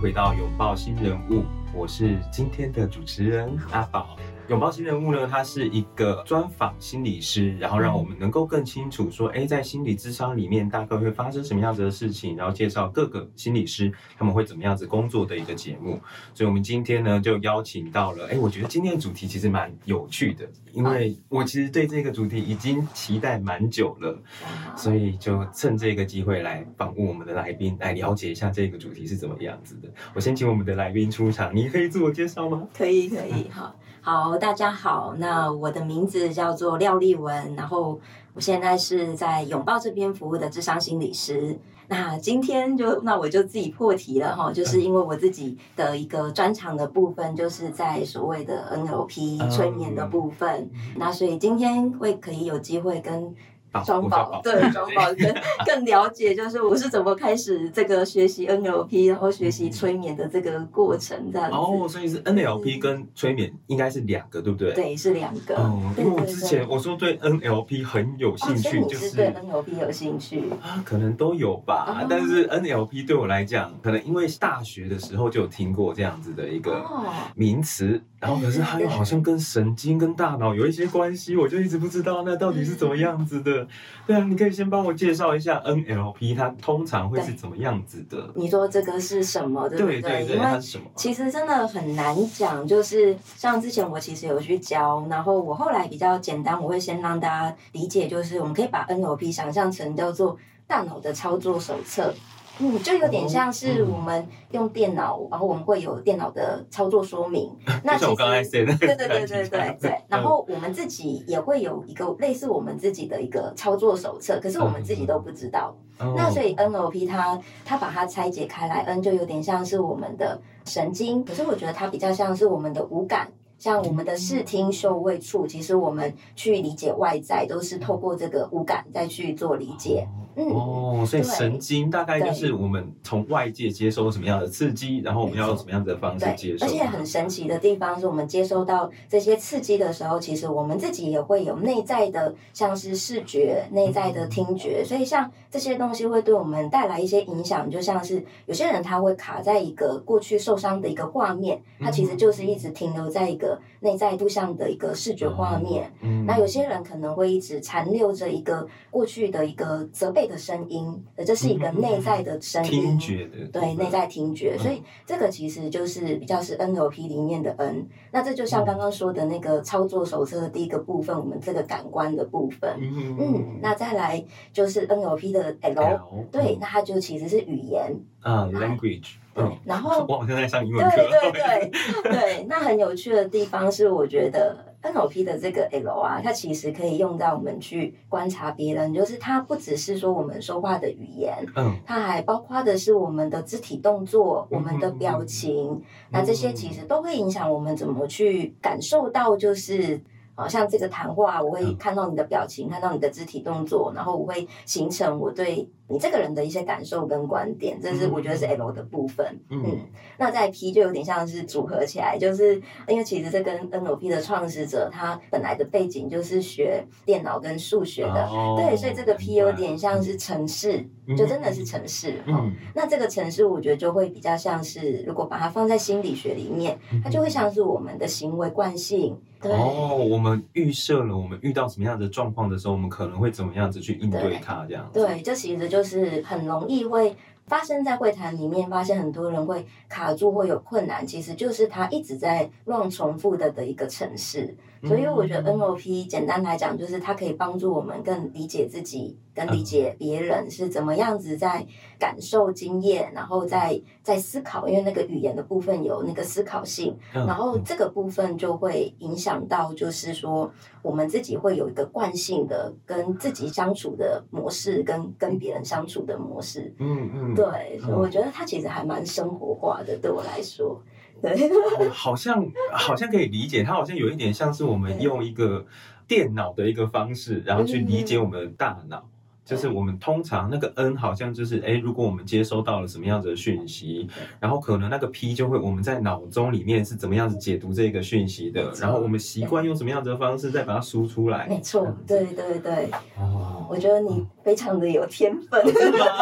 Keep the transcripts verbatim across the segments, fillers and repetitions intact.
回到拥抱新人物，我是今天的主持人阿宝。拥抱新人物呢，它是一个专访心理师，然后让我们能够更清楚说，哎，在心理咨商里面大概会发生什么样子的事情，然后介绍各个心理师他们会怎么样子工作的一个节目。所以我们今天呢就邀请到了，哎，我觉得今天的主题其实蛮有趣的，因为我其实对这个主题已经期待蛮久了，所以就趁这个机会来访问我们的来宾，来了解一下这个主题是怎么样子的。我先请我们的来宾出场，你可以自我介绍吗？ 可以，可以，好。好，大家好，那我的名字叫做廖丽文，然后我现在是在拥抱这边服务的諮商心理师。那今天就那我就自己破题了哈，就是因为我自己的一个专长的部分，就是在所谓的 N L P 催眠的部分，那所以今天会可以有机会跟庄宝对庄宝更更了解，就是我是怎么开始这个学习 N L P， 然后学习催眠的这个过程这样子。 哦，所以是 N L P 跟催眠应该是两个，对不对？ 对，是两个。 哦，因为我之前我说对 N L P 很有兴趣， 哦、就是对 N L P 有兴趣啊，可能都有吧。哦、但是 N L P 对我来讲，可能因为大学的时候就有听过这样子的一个名词。哦，然后可是它又好像跟神经跟大脑有一些关系，我就一直不知道那到底是怎么样子的。对啊，你可以先帮我介绍一下 N L P 它通常会是怎么样子的？ 你说这个是什么，对不对？ 对对对，它是什么？ 其实真的很难讲，就是像之前我其实有去教，然后我后来比较简单，我会先让大家理解，就是我们可以把 N L P 想象成叫做大脑的操作手册。嗯，就有点像是我们用电脑，嗯、然后我们会有电脑的操作说明。那其实， 我刚才说的， 对对对对对对。然后我们自己也会有一个类似我们自己的一个操作手册，可是我们自己都不知道。嗯、那所以 N L P 它它把它拆解开来 ，N 就有点像是我们的神经，可是我觉得它比较像是我们的五感。像我们的视听嗅味触，其实我们去理解外在都是透过这个五感再去做理解。 嗯，哦，所以神经大概就是我们从外界接收什么样的刺激，然后我们要用什么样的方式接收。 而且很神奇的地方是我们接收到这些刺激的时候，其实我们自己也会有内在的，像是视觉、内在的听觉，所以像这些东西会对我们带来一些影响，就像是有些人他会卡在一个过去受伤的一个画面，他其实就是一直停留在一个内在图像的一个视觉画面。嗯，那有些人可能会一直残留着一个过去的一个责备的声音，这是一个内在的声音， 听觉的， 对，内在听觉。所以这个其实就是比较是 N L P 里面的 N。那这就像刚刚说的那个操作手册的第一个部分，我们这个感官的部分。嗯嗯，那再来就是 N L P 的 L，, L 对，那它就其实是语言啊 ，language。 对，然后我好像在上英文课。 对对对对，那很有趣的地方是，我觉得 N L P 的这个 L 啊，它其实可以用到我们去观察别人，就是它不只是说我们说话的语言，嗯，它还包括的是我们的肢体动作、我们的表情，嗯、那这些其实都会影响我们怎么去感受到，就是好像这个谈话，我会看到你的表情，看到你的肢体动作，然后我会形成我对你这个人的一些感受跟观点，这是我觉得是 L 的部分。嗯，嗯那在 P 就有点像是组合起来，就是因为其实这跟 N L P 的创始者他本来的背景就是学电脑跟数学的，哦、对，所以这个 P 有点像是程式，嗯、就真的是程式。嗯、哦，那这个程式我觉得就会比较像是，如果把它放在心理学里面，它就会像是我们的行为惯性。对哦，我们预设了我们遇到什么样的状况的时候，我们可能会怎么样子去应对它，这样子。 对，这其实就是很容易会发生在会谈里面，发现很多人会卡住或有困难，其实就是他一直在乱重复的的一个程式。所以我觉得 N L P 简单来讲，就是它可以帮助我们更理解自己，跟理解别人是怎么样子在感受经验，然后再在思考，因为那个语言的部分有那个思考性，然后这个部分就会影响到，就是说我们自己会有一个惯性的跟自己相处的模式，跟跟别人相处的模式。嗯嗯，对，所以我觉得它其实还蛮生活化的，对我来说。对， 好像好像可以理解，它好像有一点像是我们用一个电脑的一个方式，然后去理解我们的大脑。嗯、就是我们通常那个 N 好像就是，哎，如果我们接收到了什么样子的讯息，然后可能那个 P 就会我们在脑中里面是怎么样子解读这个讯息的，然后我们习惯用什么样子的方式再把它输出来。 没错，对对对。哦，我觉得你非常的有天分。 是吗？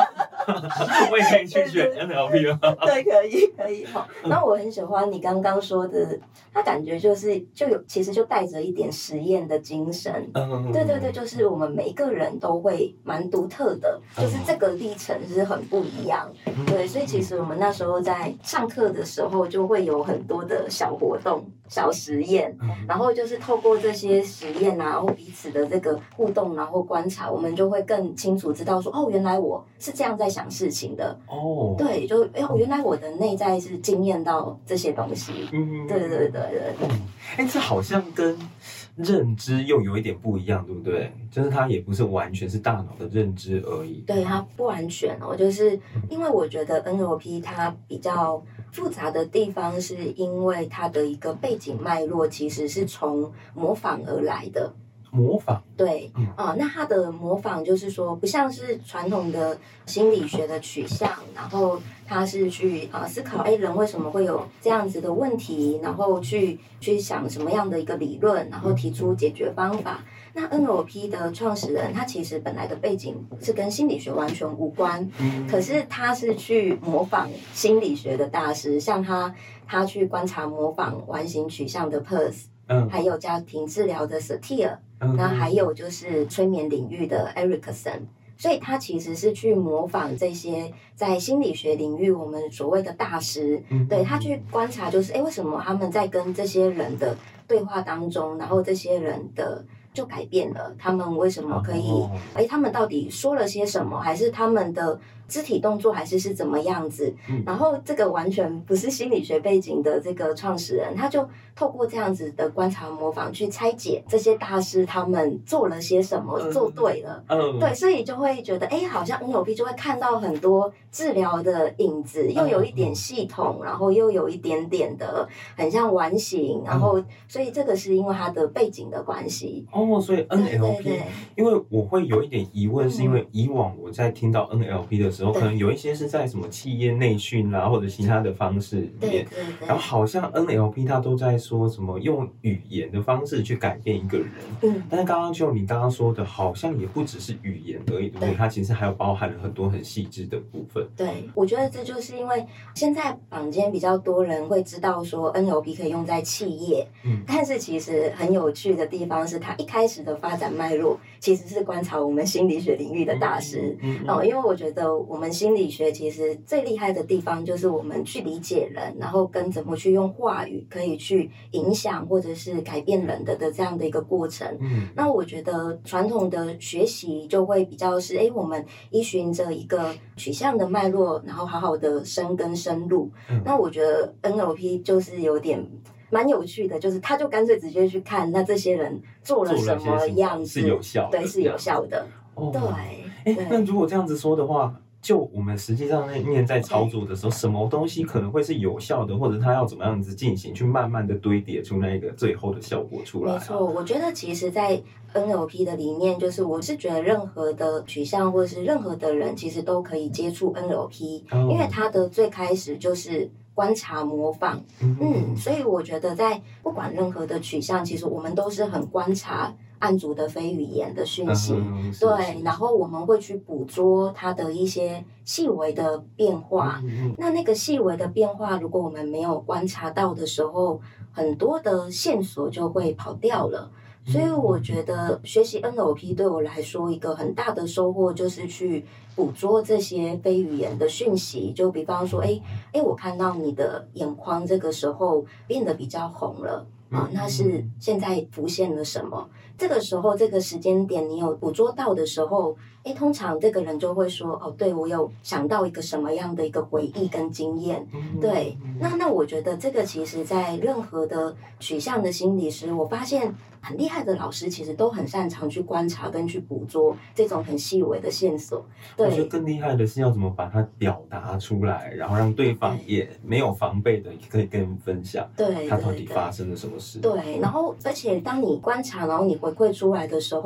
我也可以去学 N L P 了。 对，可以可以哈。那我很喜欢你刚刚说的，他感觉就是就有其实就带着一点实验的精神。嗯，对对对，就是我们每一个人都会蛮独特的，就是这个历程是很不一样。对，所以其实我们那时候在上课的时候就会有很多的小活动。小实验，然后就是透过这些实验啊，然后彼此的这个互动，然后观察，我们就会更清楚知道说，哦，原来我是这样在想事情的。哦，对，就哎，原来我的内在是经验到这些东西。嗯，对对对对对。 哎，这好像跟认知又有一点不一样，对不对？就是它也不是完全是大脑的认知而已。 对，它不完全哦，就是因为我觉得 N L P 它比较复杂的地方，是因为它的一个背景脉络其实是从模仿而来的。 模仿， 对，嗯、啊，那它的模仿就是说，不像是传统的心理学的取向，然后它是去啊思考，哎，人为什么会有这样子的问题，然后去去想什么样的一个理论，然后提出解决方法。那 N L P 的创始人，他其实本来的背景是跟心理学完全无关，嗯、可是他是去模仿心理学的大师，像他，他去观察模仿完形取向的 Peirce。嗯，还有家庭治疗的 Satir， 嗯，然后还有就是催眠领域的 Erickson， 所以他其实是去模仿这些在心理学领域我们所谓的大师，嗯，对，他去观察，就是哎，为什么他们在跟这些人的对话当中，然后这些人的就改变了，他们为什么可以？哎，他们到底说了些什么？还是他们的肢体动作还是是怎么样子？嗯、然后这个完全不是心理学背景的这个创始人，他就透过这样子的观察模仿去拆解这些大师他们做了些什么，嗯、做对了，嗯，对，所以就会觉得，哎，好像 N L P 就会看到很多治疗的影子，又有一点系统，然后又有一点点的很像完形，然后所以这个是因为它的背景的关系。 哦，所以 N L P， 因为我会有一点疑问，是因为以往我在听到 N L P 的时候，可能有一些是在什么企业内训啦，或者其他的方式里面， 对对对， 然后好像 N L P 它都在说什么用语言的方式去改变一个人，嗯，但是刚刚就你刚刚说的，好像也不只是语言而已，对不对？它其实还有包含了很多很细致的部分。 对，我觉得这就是因为现在坊间比较多人会知道说 N L P 可以用在企业，嗯，但是其实很有趣的地方是，它一开始的发展脉络其实是观察我们心理学领域的大师，嗯嗯嗯、哦，因为我觉得我们心理学其实最厉害的地方就是我们去理解人，然后跟怎么去用话语可以去影响或者是改变人的的这样的一个过程。嗯，那我觉得传统的学习就会比较是，哎，我们依循着一个取向的脉络，然后好好的深耕深入。嗯、那我觉得 N L P 就是有点蛮有趣的，就是他就干脆直接去看那这些人做了什么样子， 是有效的， 对，是有效的。哦、对， 哎，那如果这样子说的话，就我们实际上那面在操作的时候，什么东西可能会是有效的，或者它要怎么样子进行，去慢慢的堆叠出那个最后的效果出来、啊？ 没错，我觉得其实，在 N L P 的理念，就是我是觉得任何的取向或者是任何的人，其实都可以接触 N L P，、哦、因为它的最开始就是观察模仿，嗯, 嗯，所以我觉得在不管任何的取向，其实我们都是很观察案主的非语言的讯息，嗯、对，然后我们会去捕捉它的一些细微的变化。嗯、那那个细微的变化，如果我们没有观察到的时候，很多的线索就会跑掉了。所以我觉得学习 N L P 对我来说一个很大的收获，就是去捕捉这些非语言的讯息。就比方说，哎哎，我看到你的眼眶这个时候变得比较红了啊，那是现在浮现了什么？这个时候这个时间点你有捕捉到的时候，哎，通常这个人就会说，哦，对，我有想到一个什么样的一个回忆跟经验。对，那那我觉得这个其实在任何的取向的心理师，我发现很厉害的老师其实都很擅长去观察跟去捕捉这种很细微的线索。对， 我觉得更厉害的是要怎么把它表达出来，然后让对方也没有防备的可以跟人分享，对，他到底发生了什么事。 对，然后而且当你观察，然后你回馈出来的时候，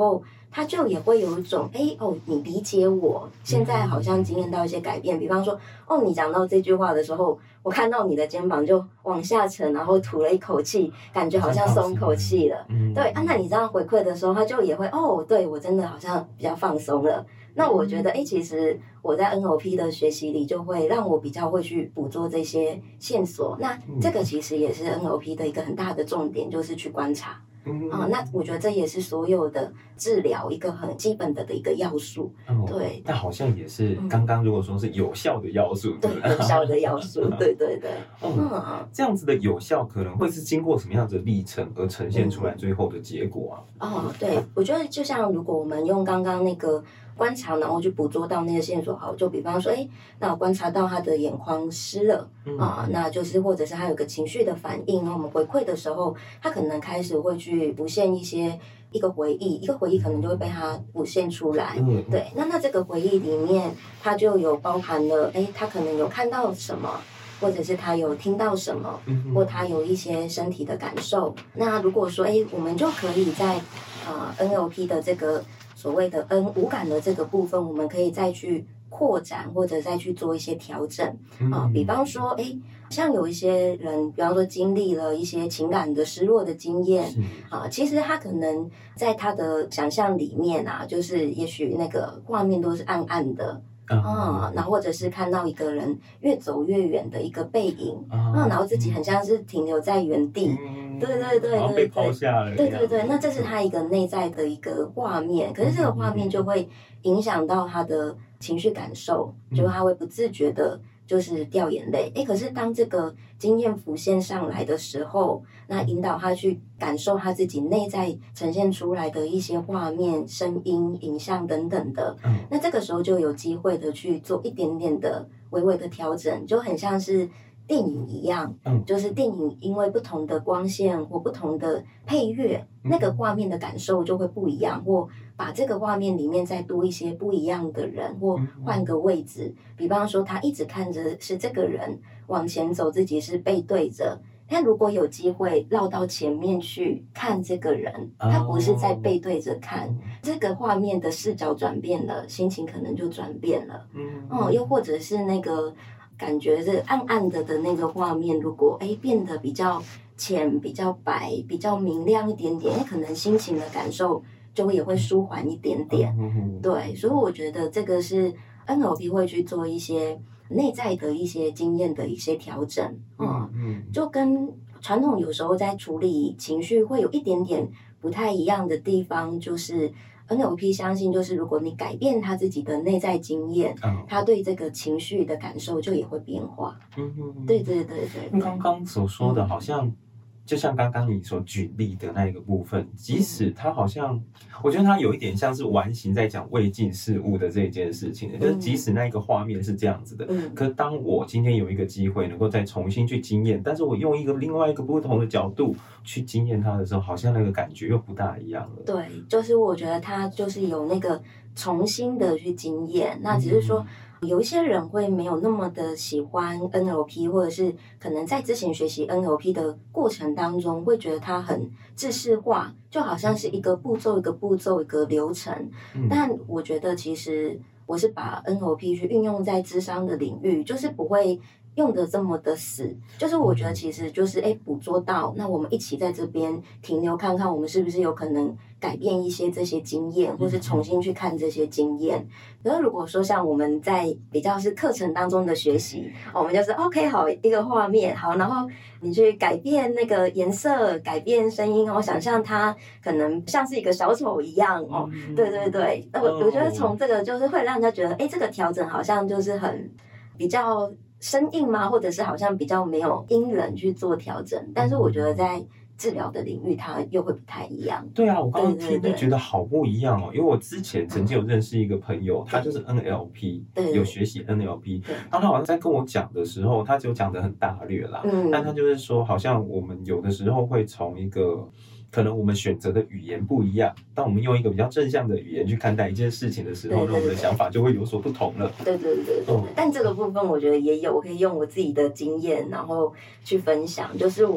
他就也会有一种哎哦，你理解我，现在好像经验到一些改变。比方说，哦，你讲到这句话的时候，我看到你的肩膀就往下沉，然后吐了一口气，感觉好像松口气了。嗯、对啊，那你这样回馈的时候，他就也会哦，对我真的好像比较放松了。那我觉得，哎，其实我在 N L P 的学习里，就会让我比较会去捕捉这些线索。那这个其实也是 N L P 的一个很大的重点，就是去观察。嗯、呃，那我觉得这也是所有的治疗一个很基本的的一个要素。哦、对， 那好像也是刚刚如果说是有效的要素， 嗯、对，有效的要素，对对对。 嗯，嗯这样子的有效可能会是经过什么样子的历程而呈现出来最后的结果啊？ 嗯、哦，对，我觉得就像如果我们用刚刚那个。观察，然后去捕捉到那个线索。好，就比方说，哎，那我观察到他的眼眶湿了、嗯、啊，那就是或者是他有个情绪的反应，然后我们回馈的时候，他可能开始会去浮现一些一个回忆，一个回忆可能就会被他浮现出来。嗯、对，那那这个回忆里面，它就有包含了，哎，他可能有看到什么。或者是他有听到什么，或他有一些身体的感受。那如果说，哎，我们就可以在呃 N L P 的这个所谓的 N 五感的这个部分，我们可以再去扩展，或者再去做一些调整啊、呃。比方说，哎，像有一些人，比方说经历了一些情感的失落的经验啊、呃，其实他可能在他的想象里面啊，就是也许那个画面都是暗暗的。啊、嗯，然后或者是看到一个人越走越远的一个背影，啊、嗯，然后自己很像是停留在原地，嗯、对对对对对，被抛下了， 对对对，那这是他一个内在的一个画面，可是这个画面就会影响到他的情绪感受，嗯、就是他会不自觉的。就是掉眼泪，哎，可是当这个经验浮现上来的时候，那引导他去感受他自己内在呈现出来的一些画面、声音、影像等等的，嗯、那这个时候就有机会的去做一点点的微微的调整，就很像是电影一样，嗯、就是电影因为不同的光线或不同的配乐，嗯、那个画面的感受就会不一样，或把这个画面里面再多一些不一样的人，或换个位置。比方说，他一直看着是这个人往前走，自己是背对着。他如果有机会绕到前面去看这个人，他不是在背对着看，哦、这个画面的视角转变了，心情可能就转变了。嗯，哦，又或者是那个感觉是暗暗的的那个画面，如果哎变得比较浅、比较白、比较明亮一点点，可能心情的感受就会也会舒缓一点点。嗯、对，所以我觉得这个是 N L P 会去做一些内在的一些经验的一些调整。嗯嗯，就跟传统有时候在处理情绪会有一点点不太一样的地方，就是。N L P 相信，就是如果你改变他自己的内在经验，嗯、他对这个情绪的感受就也会变化。嗯嗯，对对对对。 刚刚所说的，好像、嗯、就像刚刚你所举例的那一个部分，即使他好像，我觉得他有一点像是完形在讲未尽事物的这件事情，嗯、就是即使那一个画面是这样子的，嗯、可当我今天有一个机会能够再重新去经验，但是我用一个另外一个不同的角度去经验它的时候，好像那个感觉又不大一样了。 对，就是我觉得他就是有那个重新的去经验，那只是说。嗯，有一些人会没有那么的喜欢 N L P， 或者是可能在之前学习 N L P 的过程当中，会觉得它很制式化，就好像是一个步骤一个步骤一个流程。嗯、但我觉得其实我是把 N L P 去运用在諮商的领域，就是不会用的这么的死，就是我觉得其实就是哎捕捉到，那我们一起在这边停留看看，我们是不是有可能改变一些这些经验，或是重新去看这些经验。可是如果说像我们在比较是课程当中的学习，我们就是 OK 好一个画面好，然后你去改变那个颜色，改变声音哦，想象它可能像是一个小丑一样哦，嗯、对对对，我我觉得从这个就是会让人家觉得，哎，这个调整好像就是很比较生硬吗？或者是好像比较没有因人去做调整，但是我觉得在治疗的领域它又会不太一样。 对啊，我刚刚听就觉得好不一样哦，因为我之前曾经有认识一个朋友，他就是 N L P， 有学习 N L P， 然后他好像在跟我讲的时候，他就讲得很大略啦，嗯、但他就是说，好像我们有的时候会从一个。可能我们选择的语言不一样，当我们用一个比较正向的语言去看待一件事情的时候，那我们的想法就会有所不同了。 对对对 对, 对、嗯、但这个部分我觉得也有，我可以用我自己的经验，然后去分享。就是我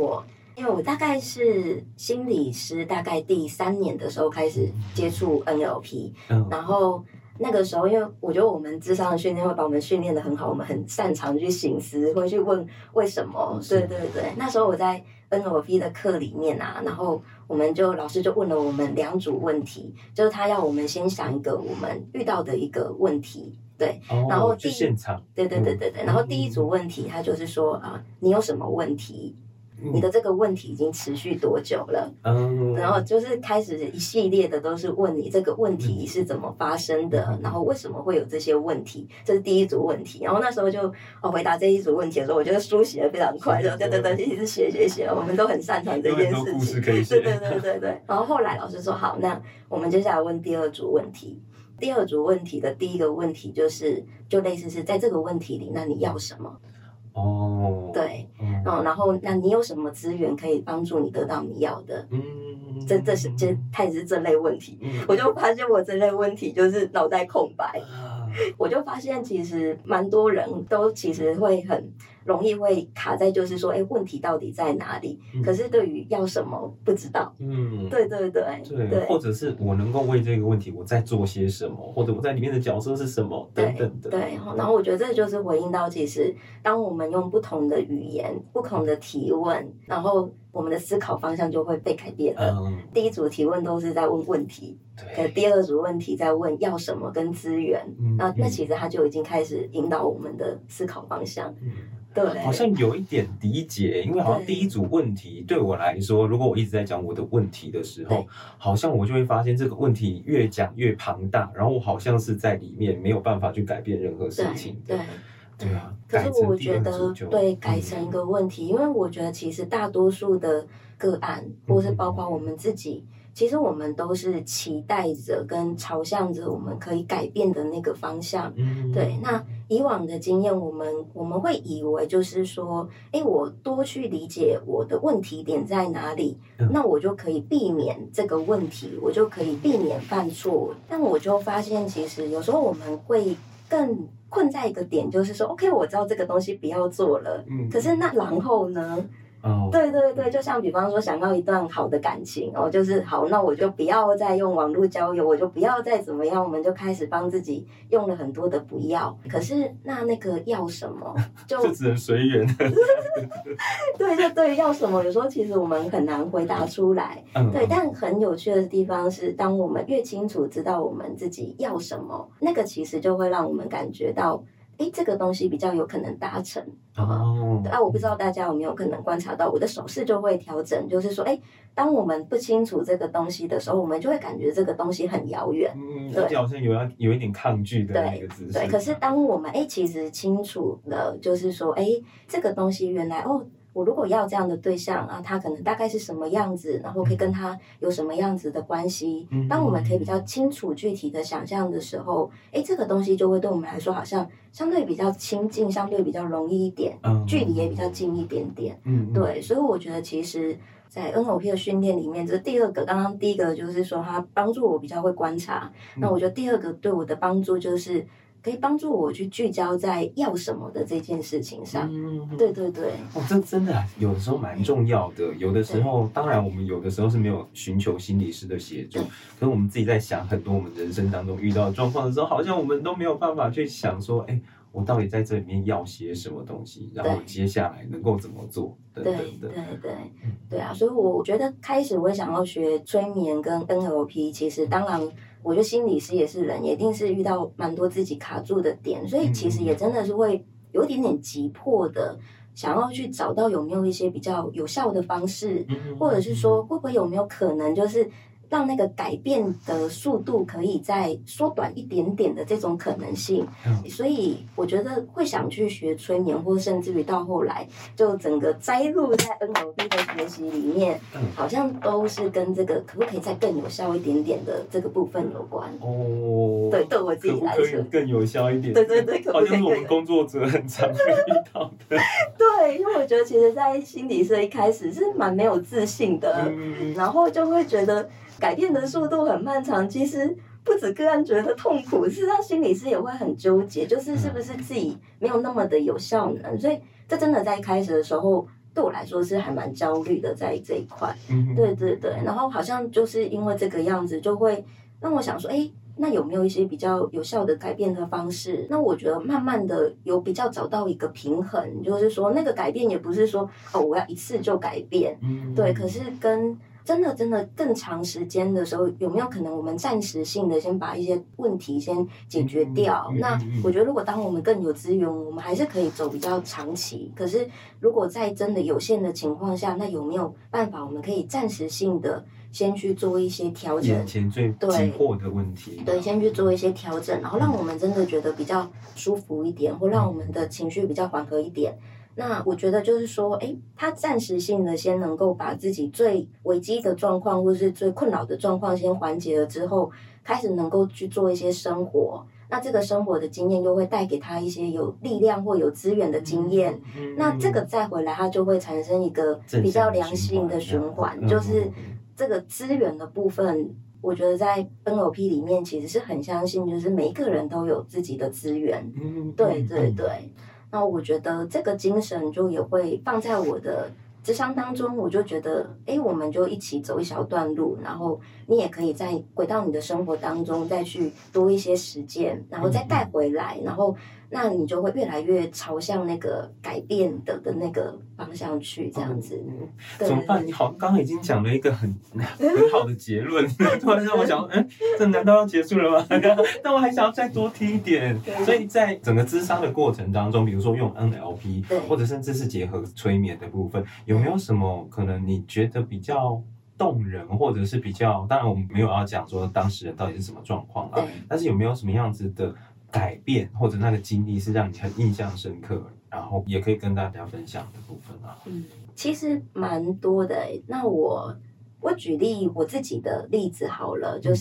因为我大概是心理师，大概第三年的时候开始接触 N L P，、嗯、然后那个时候，因为我觉得我们智商的训练会把我们训练得很好，我们很擅长去省思，会去问为什么。对对对，那时候我在 N L P 的课里面啊，然后我们就老师就问了我们两组问题，就是他要我们先想一个我们遇到的一个问题。对， 哦、 然后第一现场， 对对对对对，嗯、然后第一组问题，他就是说啊，你有什么问题？你的这个问题已经持续多久了？嗯，然后就是开始一系列的都是问你这个问题是怎么发生的，嗯、然后为什么会有这些问题？这是第一组问题。然后那时候就哦回答这一组问题的时候，我觉得书写的非常快，就对对对，一直写写写，我们都很擅长这件事情。 有很多故事可以写。 对对对对对。然后后来老师说好，那我们接下来问第二组问题。第二组问题的第一个问题就是，就类似是在这个问题里，那你要什么？哦，对，嗯，然后那你有什么资源可以帮助你得到你要的？嗯，这这是这它也是这类问题，嗯、我就发现我这类问题就是脑袋空白，啊、我就发现其实蛮多人都其实会很容易会卡在就是说，哎，问题到底在哪里？嗯、可是对于要什么不知道，嗯，对对对对，对或者是我能够为这个问题我在做些什么，或者我在里面的角色是什么等等的， 对，然后我觉得这就是回应到其实当我们用不同的语言、不同的提问，然后我们的思考方向就会被改变了。嗯、第一组提问都是在问问题，对，第二组问题在问要什么跟资源，嗯、那那其实它就已经开始引导我们的思考方向。嗯对， 好像有一点理解，因为好像第一组问题对我来说，如果我一直在讲我的问题的时候，好像我就会发现这个问题越讲越庞大，然后我好像是在里面没有办法去改变任何事情。 对， 对，对啊。 可是我觉得，对，改成一个问题，因为我觉得其实大多数的个案，或是包括我们自己。其实我们都是期待着跟朝向着我们可以改变的那个方向，嗯、对。那以往的经验，我们我们会以为就是说，哎，我多去理解我的问题点在哪里，嗯、那我就可以避免这个问题，我就可以避免犯错。但我就发现，其实有时候我们会更困在一个点，就是说 ，OK， 我知道这个东西不要做了，嗯、可是那然后呢？Oh. 对对对，就像比方说想要一段好的感情哦，就是好，那我就不要再用网络交友，我就不要再怎么样，我们就开始帮自己用了很多的不要。可是那那个要什么，就就只能随缘。 对对对，要什么，有时候其实我们很难回答出来。嗯、对，但很有趣的地方是，当我们越清楚知道我们自己要什么，那个其实就会让我们感觉到。哎，这个东西比较有可能达成哦。啊，我不知道大家有没有可能观察到，我的手势就会调整，就是说，哎，当我们不清楚这个东西的时候，我们就会感觉这个东西很遥远， 嗯，对，好像有要有一点抗拒的那个姿势。 对，可是当我们哎其实清楚了，就是说，哎，这个东西原来哦。我如果要这样的对象啊，他可能大概是什么样子，然后可以跟他有什么样子的关系。嗯、当我们可以比较清楚具体的想象的时候，哎，这个东西就会对我们来说好像相对比较亲近，相对比较容易一点，嗯、距离也比较近一点点。嗯，对，所以我觉得其实，在 N L P 的训练里面，这第二个，刚刚第一个就是说它帮助我比较会观察，嗯、那我觉得第二个对我的帮助就是。可以帮助我去聚焦在要什么的这件事情上。嗯，对对对。 哦，这真的有的时候蛮重要的。有的时候，当然我们有的时候是没有寻求心理师的协助，可是我们自己在想很多我们人生当中遇到的状况的时候，好像我们都没有办法去想说，哎，我到底在这里面要些什么东西，然后接下来能够怎么做，等等的。 对对对对啊！所以我觉得开始我也想要学催眠跟 N L P， 其实当然。我觉得心理师也是人，也一定是遇到蛮多自己卡住的点，所以其实也真的是会有一点点急迫的，想要去找到有没有一些比较有效的方式，或者是说会不会有没有可能就是让那个改变的速度可以再缩短一点点的这种可能性。嗯、所以我觉得会想去学催眠，或甚至于到后来就整个摘录在 N L P 的学习里面，嗯、好像都是跟这个可不可以再更有效一点点的这个部分有关。哦，对，对我自己来说， 可不可以更有效一点？ 对对对，可不可以好像是我们工作者很常会遇到的。 对，因为我觉得其实，在心理师一开始是蛮没有自信的，嗯、然后就会觉得。改变的速度很漫长，其实不止个案觉得痛苦，事实上心理师也会很纠结，就是是不是自己没有那么的有效能，所以这真的在一开始的时候对我来说是还蛮焦虑的在这一块。 嗯， 对对对，然后好像就是因为这个样子，就会让我想说，哎，那有没有一些比较有效的改变的方式？那我觉得慢慢的有比较找到一个平衡，就是说那个改变也不是说哦我要一次就改变， 嗯， 对，可是跟真的真的更长时间的时候，有没有可能我们暂时性的先把一些问题先解决掉？ 嗯嗯嗯、 那我觉得如果当我们更有资源，我们还是可以走比较长期。可是如果在真的有限的情况下，那有没有办法我们可以暂时性的先去做一些调整？ 眼前最急迫的问题， 对，先去做一些调整，然后让我们真的觉得比较舒服一点，或让我们的情绪比较缓和一点。那我觉得就是说，哎，他暂时性的先能够把自己最危机的状况，或是最困扰的状况先缓解了之后，开始能够去做一些生活。那这个生活的经验又会带给他一些有力量或有资源的经验。嗯嗯、那这个再回来，他就会产生一个比较良性的循环，嗯、就是这个资源的部分。我觉得在 N L P 里面，其实是很相信，就是每一个人都有自己的资源。嗯，对对对。那我觉得这个精神就也会放在我的諮商当中，我就觉得，哎，我们就一起走一小段路，然后你也可以再回到你的生活当中，再去多一些实践，然后再带回来，然后那你就会越来越朝向那个改变的的那个方向去，这样子。 嗯、怎么办？你好，刚刚已经讲了一个很很好的结论，突然让我想，嗯，这难道要结束了吗？但我还想要再多听一点。所以在整个諮商的过程当中，比如说用 N L P， 或者甚至是结合催眠的部分，有没有什么可能你觉得比较动人，或者是比较，当然我们没有要讲说当事人到底是什么状况啦，但是有没有什么样子的改变或者那个经历是让你很印象深刻，然后也可以跟大家分享的部分啊？ 嗯，其实蛮多的。那我我举例我自己的例子好了，就是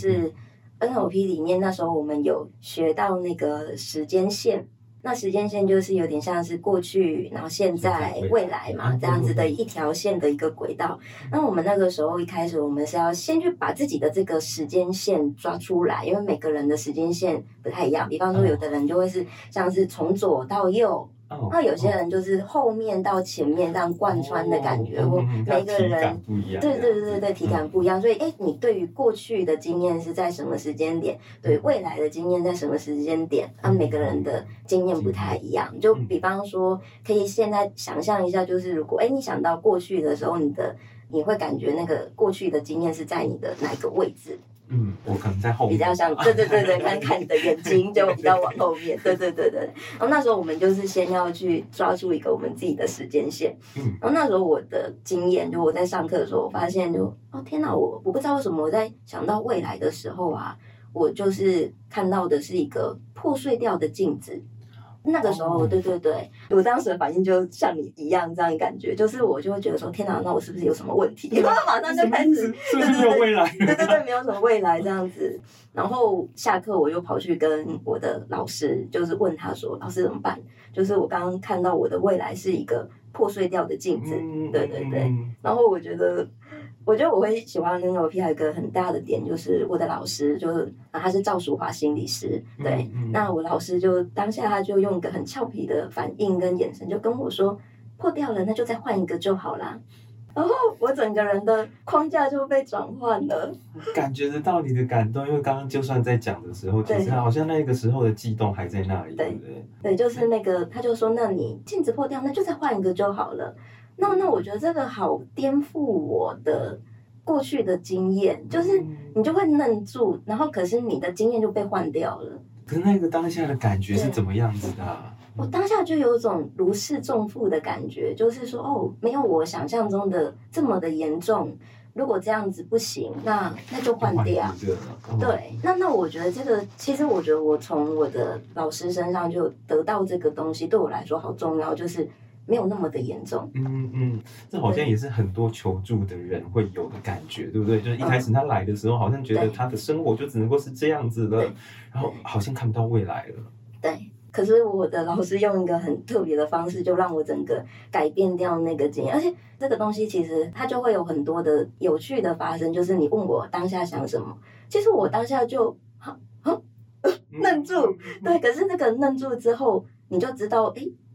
N L P 里面那时候我们有学到那个时间线。那时间线就是有点像是过去，然后现在、未来嘛，这样子的一条线的一个轨道。那我们那个时候一开始，我们是要先去把自己的这个时间线抓出来，因为每个人的时间线不太一样。比方说，有的人就会是像是从左到右。Oh, 那有些人就是后面到前面这样贯穿的感觉，或、oh, 每个人对对对对对体感不一样，所以哎，你对于过去的经验是在什么时间点，对未来的经验在什么时间点，啊，每个人的经验不太一样。就比方说，可以现在想象一下，就是如果哎你想到过去的时候，你的你会感觉那个过去的经验是在你的哪个位置？ 嗯，我可能在后面， 比较像，对对对对，看看你的眼睛就比较往后面，对对对对。然后那时候我们就是先要去抓住一个我们自己的时间线。嗯，然后那时候我的经验，就我在上课的时候，我发现就，哦天哪，我我不知道为什么我在想到未来的时候啊，我就是看到的是一个破碎掉的镜子。那个时候，对对对，我当时的反应就像你一样，这样感觉，就是我就会觉得说，天哪，那我是不是有什么问题？然后马上就开始， 是不是没有未来？ 对对对，没有什么未来这样子。然后下课我又跑去跟我的老师，就是问他说，老师怎么办？就是我刚刚看到我的未来是一个破碎掉的镜子，嗯、对对对。然后我觉得。我觉得我会喜欢 N L P 还有一个很大的点，就是我的老师就是啊，他是赵淑华心理师，对，嗯嗯、那我老师就当下他就用一个很俏皮的反应跟眼神，就跟我说破掉了，那就再换一个就好啦。然后我整个人的框架就被转换了， 感觉得到你的感动，因为刚刚就算在讲的时候，其实好像那个时候的悸动还在那里，对不对？ 对，就是那个，他就说，那你镜子破掉，那就再换一个就好了。那那我觉得这个好颠覆我的过去的经验，就是你就会愣住，然后可是你的经验就被换掉了。 可是那个当下的感觉是怎么样子的啊？ 我当下就有一种如释重负的感觉，就是说哦，没有我想象中的这么的严重。如果这样子不行，那那就换掉。 哦、 对，那那我觉得这个，其实我觉得我从我的老师身上就得到这个东西，对我来说好重要，就是没有那么的严重。 嗯嗯，这好像也是很多求助的人会有的感觉，对不对？就是一开始他来的时候，好像觉得他的生活就只能够是这样子了，然后好像看不到未来了。 对。可是我的老师用一个很特别的方式，就让我整个改变掉那个经验，而且这个东西其实它就会有很多的有趣的发生。就是你问我当下想什么，其实我当下就哈哈愣住，对。可是那个愣住之后，你就知道，哎，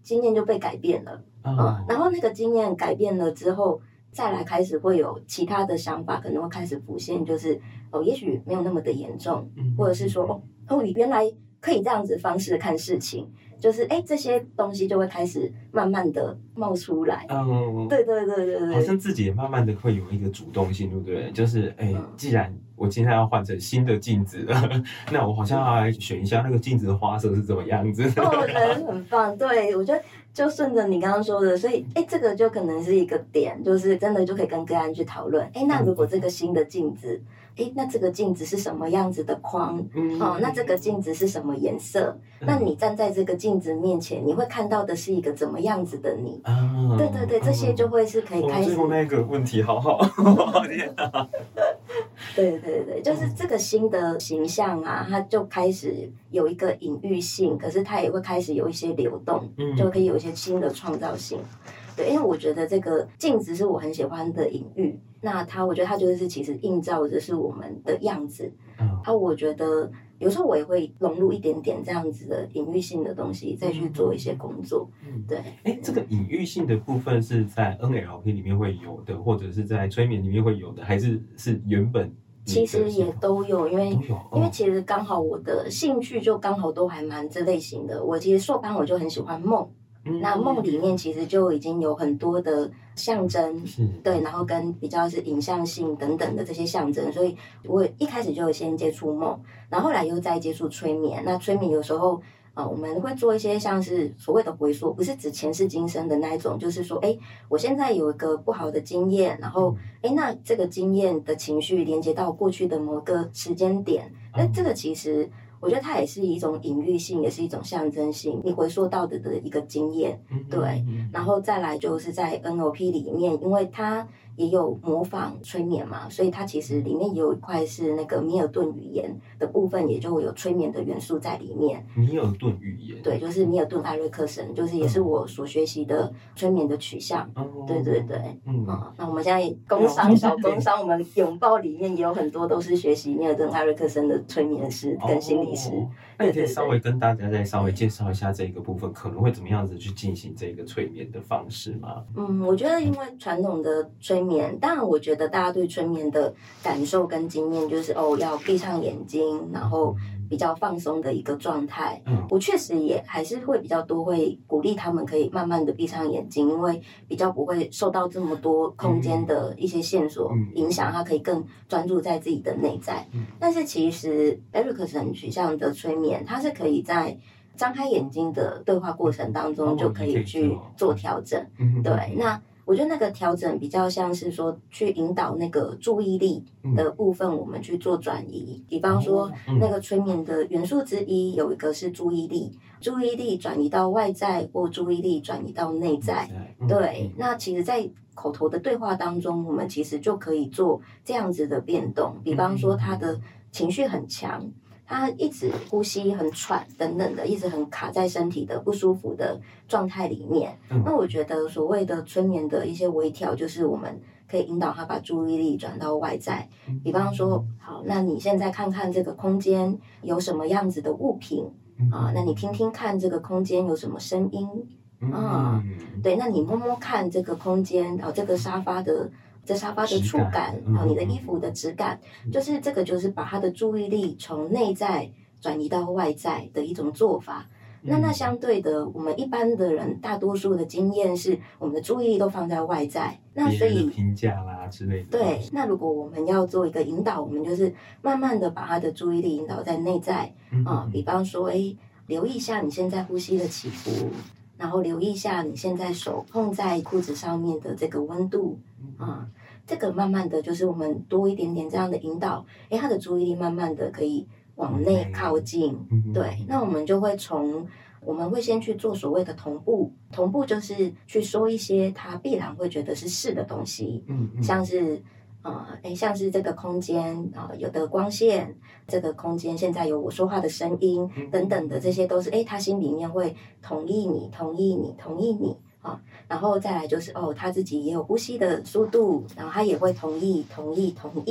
经验就被改变了，嗯，嗯然后那个经验改变了之后，再来开始会有其他的想法，可能会开始浮现，就是哦，也许没有那么的严重，嗯、或者是说哦哦，原来可以这样子方式看事情。就是哎，这些东西就会开始慢慢的冒出来。嗯，对对对对对， 好像自己也慢慢的会有一个主动性，对不对？就是哎，嗯、既然我今天要换成新的镜子了，那我好像要来选一下那个镜子的花色是怎么样子。 哦，我觉得很棒。对，我觉得就顺着你刚刚说的，所以哎，这个就可能是一个点，就是真的就可以跟个案去讨论。哎，那如果这个新的镜子。哎，那这个镜子是什么样子的框？嗯、哦，那这个镜子是什么颜色？嗯、那你站在这个镜子面前，你会看到的是一个怎么样子的你？啊，对对对，这些就会是可以开始。 最后那个问题好好，天哪！ 对对对，就是这个新的形象啊，它就开始有一个隐喻性，可是它也会开始有一些流动，嗯、就可以有一些新的创造性。对，因为我觉得这个镜子是我很喜欢的隐喻，那它我觉得它就是其实映照着是我们的样子。嗯，啊，我觉得有时候我也会融入一点点这样子的隐喻性的东西，再去做一些工作。嗯，对。 哎，这个隐喻性的部分是在 N L P 里面会有的，或者是在催眠里面会有的，还是是原本？ 其实也都有，因为有、哦、因为其实刚好我的兴趣就刚好都还蛮这类型的。我其实硕班我就很喜欢梦。那梦里面其实就已经有很多的象征，对，然后跟比较是影像性等等的这些象征，所以我一开始就先接触梦，然后后来又再接触催眠。那催眠有时候呃我们会做一些像是所谓的回溯，不是指前世今生的那一种，就是说，哎，我现在有一个不好的经验，然后哎，那这个经验的情绪连接到过去的某个时间点，那这个其实。我觉得它也是一种隐喻性，也是一种象征性。你回溯到的的一个经验，对，然后再来就是在 N L P 里面，因为它也有模仿催眠嘛，所以它其实里面有一块是那个米尔顿语言的部分，也就有催眠的元素在里面。 米尔顿语言， 对，就是米尔顿艾瑞克森，就是也是我所学习的催眠的取向。嗯、对对对，嗯、哦，那我们现在工商小工商，我们拥抱里面也有很多都是学习米尔顿艾瑞克森的催眠师跟心理师。哦， 那你可以稍微跟大家再稍微介绍一下这个部分可能会怎么样子去进行这个催眠的方式吗？ 嗯，我觉得因为传统的催眠，当然我觉得大家对催眠的感受跟经验就是哦，要闭上眼睛，然后比较放松的一个状态。嗯，我确实也还是会比较多会鼓励他们可以慢慢的闭上眼睛，因为比较不会受到这么多空间的一些线索影响，他可以更专注在自己的内在。嗯，但是其实 Erickson 取向的催眠，它是可以在张开眼睛的对话过程当中就可以去做调整。嗯，对，那我觉得那个调整比较像是说去引导那个注意力的部分，我们去做转移。比方说，那个催眠的元素之一有一个是注意力，注意力转移到外在或注意力转移到内在。对，那其实，在口头的对话当中，我们其实就可以做这样子的变动。比方说，他的情绪很强。他一直呼吸很喘等等的，一直很卡在身体的不舒服的状态里面。嗯、那我觉得所谓的催眠的一些微调，就是我们可以引导他把注意力转到外在。嗯、比方说，好，那你现在看看这个空间有什么样子的物品、嗯、啊？那你听听看这个空间有什么声音、嗯、啊？对，那你摸摸看这个空间，啊，这个沙发的。这沙发的触感，然后你的衣服的质感，嗯、就是这个就是把他的注意力从内在转移到外在的一种做法。嗯、那那相对的，我们一般的人大多数的经验是，我们的注意力都放在外在。那所以评价啦之类的。 对，那如果我们要做一个引导，我们就是慢慢的把他的注意力引导在内在啊、嗯，比方说，哎，留意一下你现在呼吸的起伏。然后留意一下你现在手碰在裤子上面的这个温度啊，这个慢慢的就是我们多一点点这样的引导，哎，他的注意力慢慢的可以往内靠近，对，那我们就会从我们会先去做所谓的同步，同步就是去说一些他必然会觉得是是的东西，嗯，像是。呃，哎，像是这个空间啊、呃，有的光线，这个空间现在有我说话的声音等等的，这些都是哎，他心里面会同意你，同意你，同意你啊。然后再来就是哦，他自己也有呼吸的速度，然后他也会同意，同意，同意。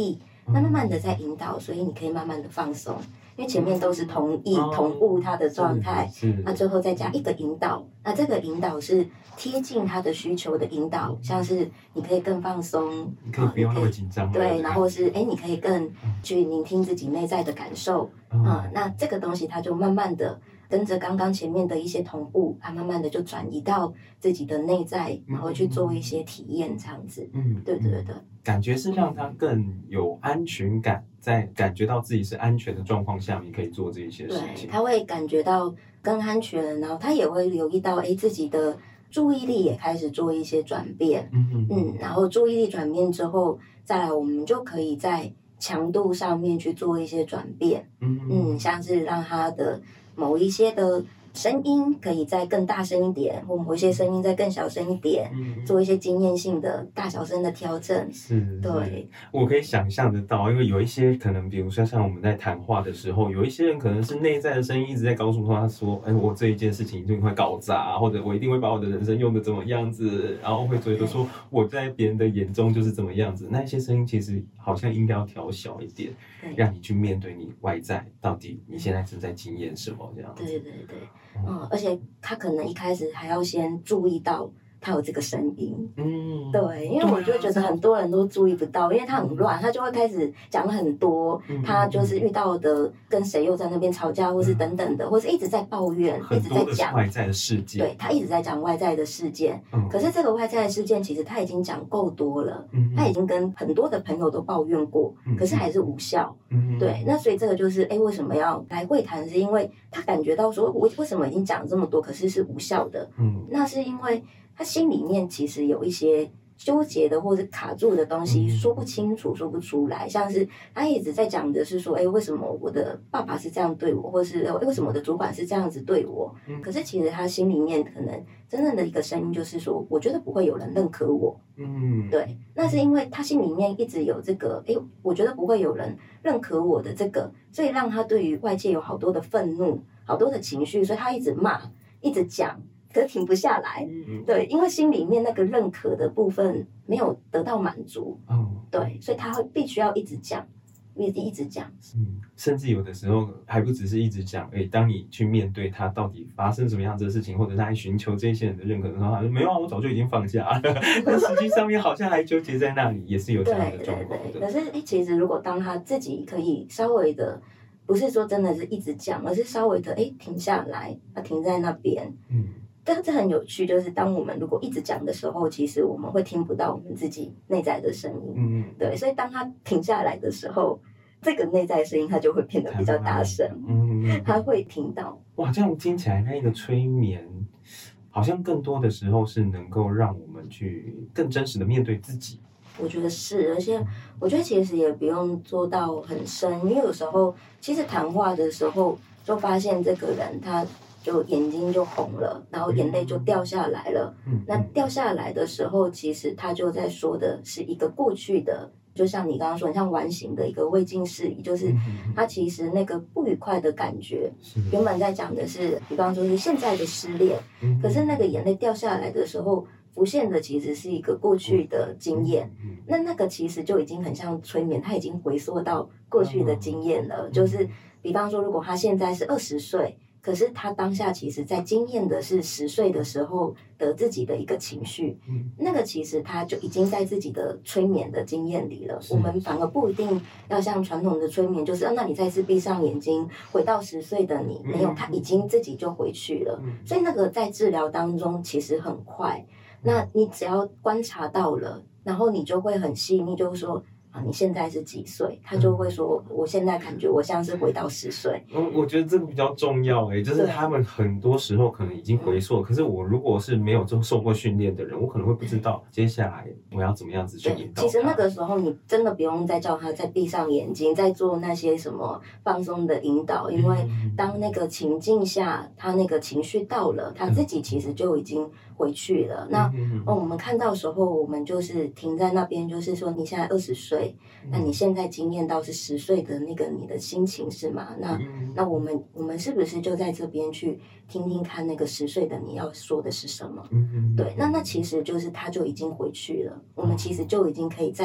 那慢慢的在引导，所以你可以慢慢的放松。因为前面都是同意、哦、同步他的状态，那最后再加一个引导，那这个引导是贴近他的需求的引导，像是你可以更放松， 你可以不用那么紧张， 对，然后是哎，你可以更去聆听自己内在的感受，啊、嗯呃，那这个东西它就慢慢的跟着刚刚前面的一些同步，它慢慢的就转移到自己的内在，然后去做一些体验，这样子，嗯，对对对， 感觉是让他更有安全感。在感觉到自己是安全的状况下，你可以做这一些事情。 对，他会感觉到更安全，然后他也会留意到，哎，自己的注意力也开始做一些转变。嗯嗯嗯，然后注意力转变之后，再来我们就可以在强度上面去做一些转变。嗯嗯，像是让他的某一些的声音可以再更大声一点，或某一些声音再更小声一点，嗯、做一些经验性的大小声的调整。 是，对，我可以想象得到，因为有一些可能，比如说像我们在谈话的时候，有一些人可能是内在的声音一直在告诉他说：“哎，我这一件事情一定会搞砸，或者我一定会把我的人生用的怎么样子，然后会觉得说我在别人的眼中就是怎么样子。”那些声音其实好像应该要调小一点，让你去面对你外在到底你现在正在经验什么这样子。 对对对。嗯，而且他可能一开始还要先注意到他有这个声音，嗯，对，因为我就觉得很多人都注意不到，因为他很乱，他就会开始讲很多，他就是遇到的跟谁又在那边吵架，或是等等的，或是一直在抱怨，一直在讲外在的事件， 对，他一直在讲外在的事件，嗯，可是这个外在的事件其实他已经讲够多了，嗯，他已经跟很多的朋友都抱怨过，嗯，可是还是无效，嗯，对，那所以这个就是，哎，为什么要来会谈？是因为他感觉到说，我为什么已经讲这么多，可是是无效的，嗯，那是因为他心里面其实有一些纠结的或者卡住的东西，说不清楚，说不出来。像是他一直在讲的是说，哎，为什么我的爸爸是这样对我，或是为什么我的主管是这样子对我？嗯、可是其实他心里面可能真正的一个声音就是说，我觉得不会有人认可我。嗯，对，那是因为他心里面一直有这个，哎，我觉得不会有人认可我的这个，所以让他对于外界有好多的愤怒，好多的情绪，所以他一直骂，一直讲。可是停不下来，嗯、对，因为心里面那个认可的部分没有得到满足，哦、对，所以他会必须要一直讲，一直一直讲， 嗯，甚至有的时候还不只是一直讲，哎，当你去面对他到底发生什么样子的事情，或者他在寻求这些人的认可的时候，他说没有啊，我早就已经放下了，但实际上面好像还纠结在那里，也是有这样的状况的。 可是，哎，其实如果当他自己可以稍微的。不是说真的是一直讲，而是稍微的哎停下来，啊停在那边，嗯，但这很有趣，就是当我们如果一直讲的时候，其实我们会听不到我们自己内在的声音，嗯，对，所以当他停下来的时候，这个内在的声音它就会变得比较大声，嗯，他会听到。 哇，这样听起来那个催眠，好像更多的时候是能够让我们去更真实的面对自己。 我觉得是，而且我觉得其实也不用做到很深，因为有时候其实谈话的时候就发现这个人他就眼睛就红了，然后眼泪就掉下来了。嗯，那掉下来的时候，其实他就在说的是一个过去的，就像你刚刚说，像完形的一个未尽事宜，就是他其实那个不愉快的感觉，原本在讲的是，比方说是现在的失恋，可是那个眼泪掉下来的时候。浮现的其实是一个过去的经验，那那个其实就已经很像催眠，他已经回溯到过去的经验了。就是比方说，如果他现在是二十岁，可是他当下其实在经验的是十岁的时候的自己的一个情绪，那个其实他就已经在自己的催眠的经验里了。我们反而不一定要像传统的催眠，就是、啊、那你再次闭上眼睛，回到十岁的你，没有，他已经自己就回去了。所以那个在治疗当中其实很快。那你只要观察到了，然后你就会很细腻，就是说啊，你现在是几岁？他就会说，我现在感觉我像是回到十岁。 嗯，我觉得这个比较重要诶、欸，就是他们很多时候可能已经回溯，可是我如果是没有受过训练的人，我可能会不知道接下来我要怎么样子去引导他。 其实那个时候你真的不用再叫他再闭上眼睛，再做那些什么放松的引导，因为当那个情境下，他那个情绪到了，他自己其实就已经回去了。那、哦、我们看到时候，我们就是停在那边，就是说你现在二十岁，那你现在经验到是十岁的那个你的心情是吗？那那我们我们是不是就在这边去听听看那个十岁的你要说的是什么？对，那那其实就是他就已经回去了，我们其实就已经可以在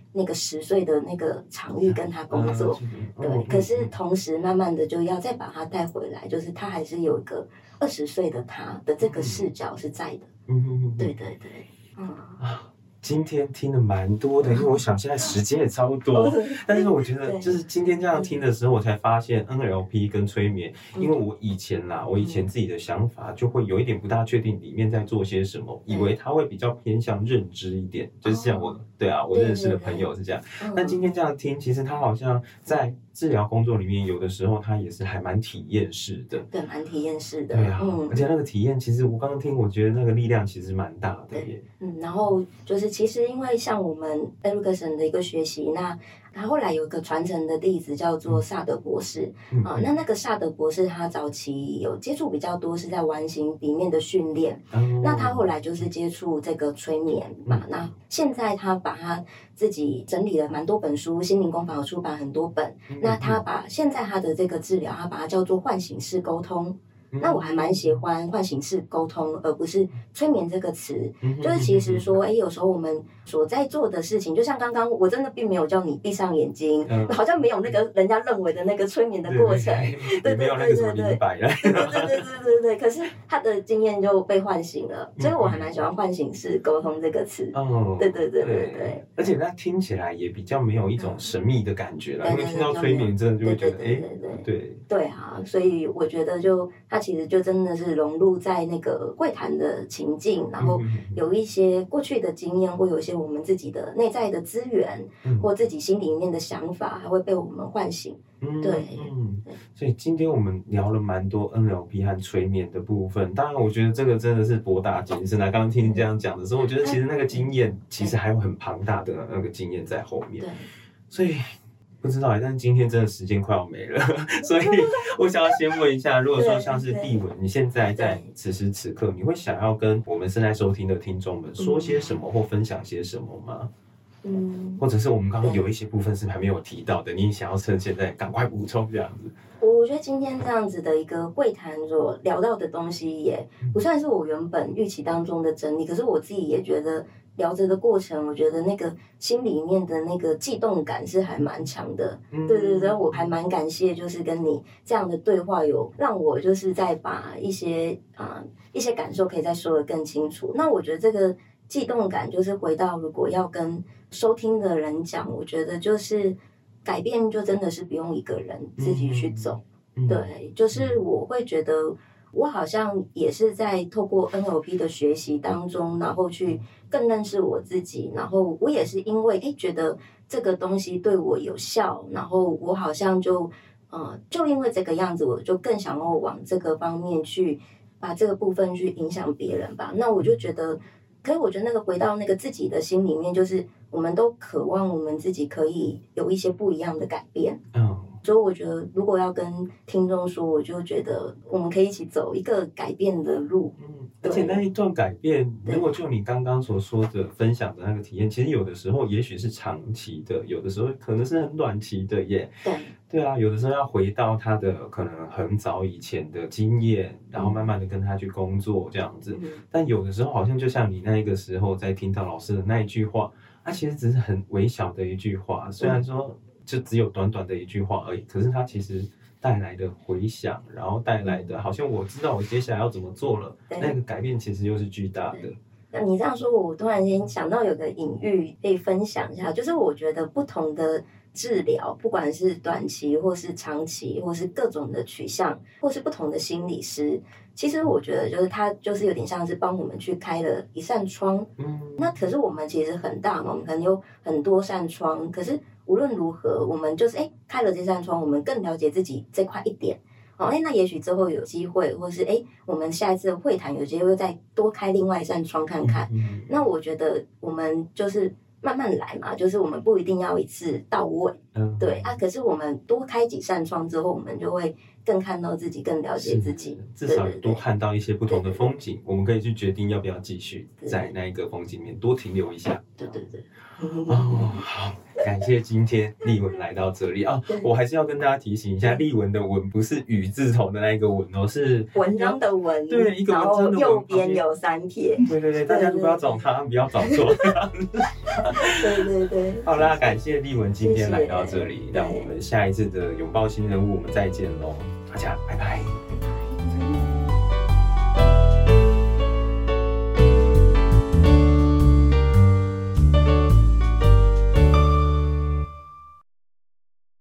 那个十岁的那个场域跟他工作， 嗯、 对。可是同时慢慢的就要再把他带回来，就是他还是有一个二十岁的他的这个视角是在的。嗯嗯嗯，对对对，嗯。 今天听的蛮多的，因为我想现在时间也差不多，但是我觉得就是今天这样听的时候，我才发现 N L P 跟催眠，因为我以前啦，我以前自己的想法就会有一点不大确定里面在做些什么，以为它会比较偏向认知一点，就是像我，对啊，我认识的朋友是这样，但今天这样听，其实他好像在治疗工作里面，有的时候他也是还蛮体验式的， 对，蛮体验式的， 对啊，而且那个体验，其实我刚刚听，我觉得那个力量其实蛮大的耶， 嗯，然后就是其实因为像我们 Erickson 的一个学习，那他后来有一个传承的弟子叫做萨德博士，嗯、啊，那那个萨德博士他早期有接触比较多是在完形里面的训练，嗯、那他后来就是接触这个催眠嘛，嗯、那现在他把他自己整理了蛮多本书，心灵工坊有出版很多本，嗯、那他把现在他的这个治疗，他把它叫做唤醒式沟通。那我还蛮喜欢唤醒式沟通，而不是催眠这个词。就是其实说，哎，有时候我们所在做的事情，就像刚刚我真的并没有叫你闭上眼睛，嗯、好像没有那个人家认为的那个催眠的过程， 对对对对对对，对对对对对对。可是他的经验就被唤醒了，所以我还蛮喜欢唤醒式沟通这个词。哦，对对对对对。 而且它听起来也比较没有一种神秘的感觉了，因为听到催眠真的就会觉得，哎，对对啊，所以我觉得就他。其实就真的是融入在那个会谈的情境，然后有一些过去的经验，或有一些我们自己的内在的资源，嗯、或自己心里面的想法，还会被我们唤醒。嗯、对， 嗯，所以今天我们聊了蛮多 N L P 和催眠的部分。当然，我觉得这个真的是博大精深啊。刚刚听你这样讲的时候，我觉得其实那个经验其实还有很庞大的那个经验在后面。对，所以。不知道哎，但是今天真的时间快要没了，所以我想要先问一下，如果说像是碧文，你现在在此时此刻，你会想要跟我们正在收听的听众们说些什么，或分享些什么吗？嗯，或者是我们刚刚有一些部分是还没有提到的，你想要趁现在赶快补充这样子。 我觉得今天这样子的一个会谈所聊到的东西，也不算是我原本预期当中的整理，可是我自己也觉得。聊着的过程，我觉得那个心里面的那个悸动感是还蛮强的，嗯、对对对，我还蛮感谢，就是跟你这样的对话，有让我就是再把一些啊、呃、一些感受可以再说得更清楚。那我觉得这个悸动感，就是回到如果要跟收听的人讲，我觉得就是改变就真的是不用一个人自己去走，嗯、对，就是我会觉得。我好像也是在透过 N L P 的学习当中，然后去更认识我自己，然后我也是因为哎觉得这个东西对我有效，然后我好像就呃就因为这个样子，我就更想要往这个方面去把这个部分去影响别人吧。那我就觉得，可是我觉得那个回到那个自己的心里面，就是我们都渴望我们自己可以有一些不一样的改变。嗯。所以我觉得，如果要跟听众说，我就觉得我们可以一起走一个改变的路。 嗯，而且那一段改变，如果就你刚刚所说的分享的那个体验，其实有的时候也许是长期的，有的时候可能是很短期的耶。 对， 对啊，有的时候要回到他的可能很早以前的经验，然后慢慢的跟他去工作这样子。嗯、但有的时候好像就像你那个时候在听到老师的那一句话，它其实只是很微小的一句话，虽然说。就只有短短的一句话而已，可是它其实带来的回响，然后带来的好像我知道我接下来要怎么做了，那个改变其实又是巨大的。 那你这样说，我突然间想到有个隐喻可以分享一下，就是我觉得不同的治疗，不管是短期或是长期，或是各种的取向，或是不同的心理师，其实我觉得就是它就是有点像是帮我们去开了一扇窗。嗯，那可是我们其实很大嘛，我们可能有很多扇窗，可是无论如何，我们就是哎开了这扇窗，我们更了解自己这块一点。哦，哎，那也许之后有机会，或是哎，我们下一次的会谈有机会再多开另外一扇窗看看。嗯、那我觉得我们就是慢慢来嘛，就是我们不一定要一次到位。 嗯，对啊。可是我们多开几扇窗之后，我们就会更看到自己，更了解自己， 至少多看到一些不同的风景，对对对，我们可以去决定要不要继续在那一个风景里面多停留一下。 对对对。 哦，好，感谢今天丽文来到这里啊！我还是要跟大家提醒一下，丽文的文不是雨字头的那一个文哦，是文章的文， 对，一个文章的文， 右边有三撇。 对对对，大家如果要找他，不要找错。 对对对， 好啦，感谢丽文今天来到这里，让我们下一次的拥抱新人物我们再见喽，大家拜拜。